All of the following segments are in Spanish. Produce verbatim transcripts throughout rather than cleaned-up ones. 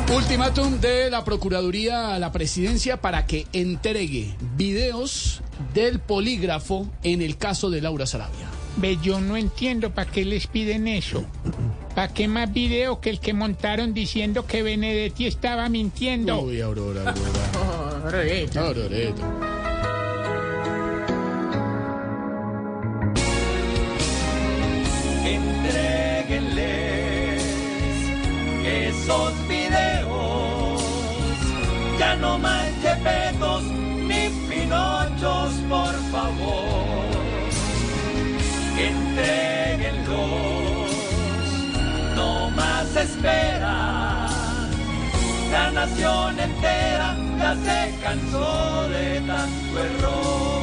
Ultimátum de la Procuraduría a la Presidencia para que entregue videos del polígrafo en el caso de Laura Sarabia. Ve, yo no entiendo para qué les piden eso. ¿Para qué más video que el que montaron diciendo que Benedetti estaba mintiendo? Uy, Aurora, Aurora. Aurorita. Auroreta. Entréguenles esos videos, ya no más Gepetos ni Pinochos, por favor. Entréguenlos, no más espera. La nación entera ya se cansó de tanto error.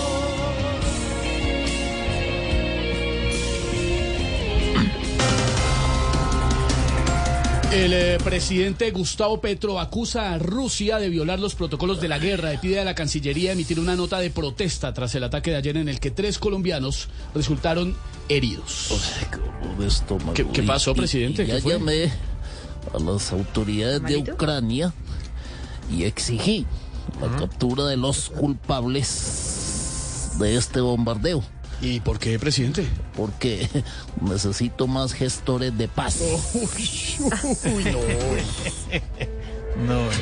El eh, presidente Gustavo Petro acusa a Rusia de violar los protocolos de la guerra y pide a la Cancillería emitir una nota de protesta tras el ataque de ayer en el que tres colombianos resultaron heridos. ¿Qué, ¿Qué pasó, presidente? Y, y ya ¿Qué fue? llamé a las autoridades de Ucrania y exigí la uh-huh. captura de los culpables de este bombardeo. ¿Y por qué, presidente? Porque necesito más gestores de paz. Oh, uy, uy, no. No, no.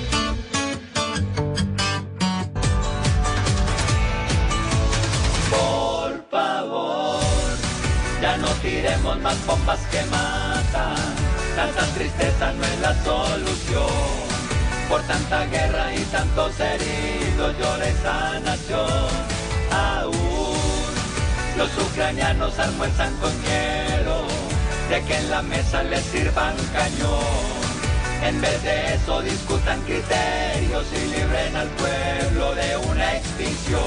Por favor, ya no tiremos más bombas que matan. Tanta tristeza no es la solución. Por tanta guerra y tantos heridos llora esa nación. Aún los ucranianos almuerzan con hielo, de que en la mesa les sirvan cañón. En vez de eso discutan criterios y libren al pueblo de una extinción.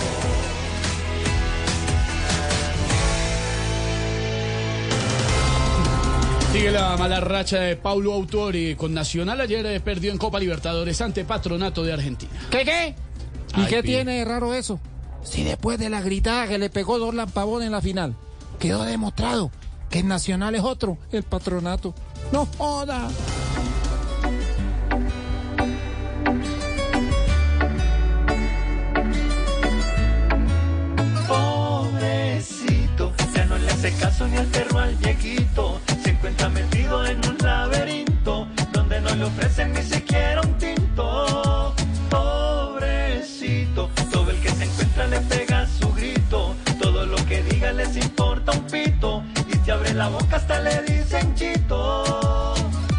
Sigue la mala racha de Paulo Autuori con Nacional. Ayer eh, perdió en Copa Libertadores ante Patronato de Argentina. ¿Qué qué? ¿Y Ay, qué pide. tiene de raro eso? Si después de la gritada que le pegó Dorlan Pavón en la final, quedó demostrado que el Nacional es otro, el Patronato. ¡No joda! Pobrecito, ya no le hace caso ni al perro al viejito. Se encuentra metido en un laberinto donde no le ofrecen ni siquiera un tinto. Pobrecito, todo el que se encuentra le pega su grito. Todo lo que diga les importa un pito. Y si abre la boca hasta le dicen chito.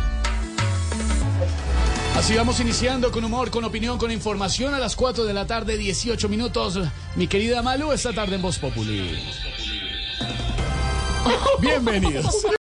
Así vamos iniciando con humor, con opinión, con información a las cuatro de la tarde, dieciocho minutos. Mi querida Malu, esta tarde en Voz Populi. Bienvenidos.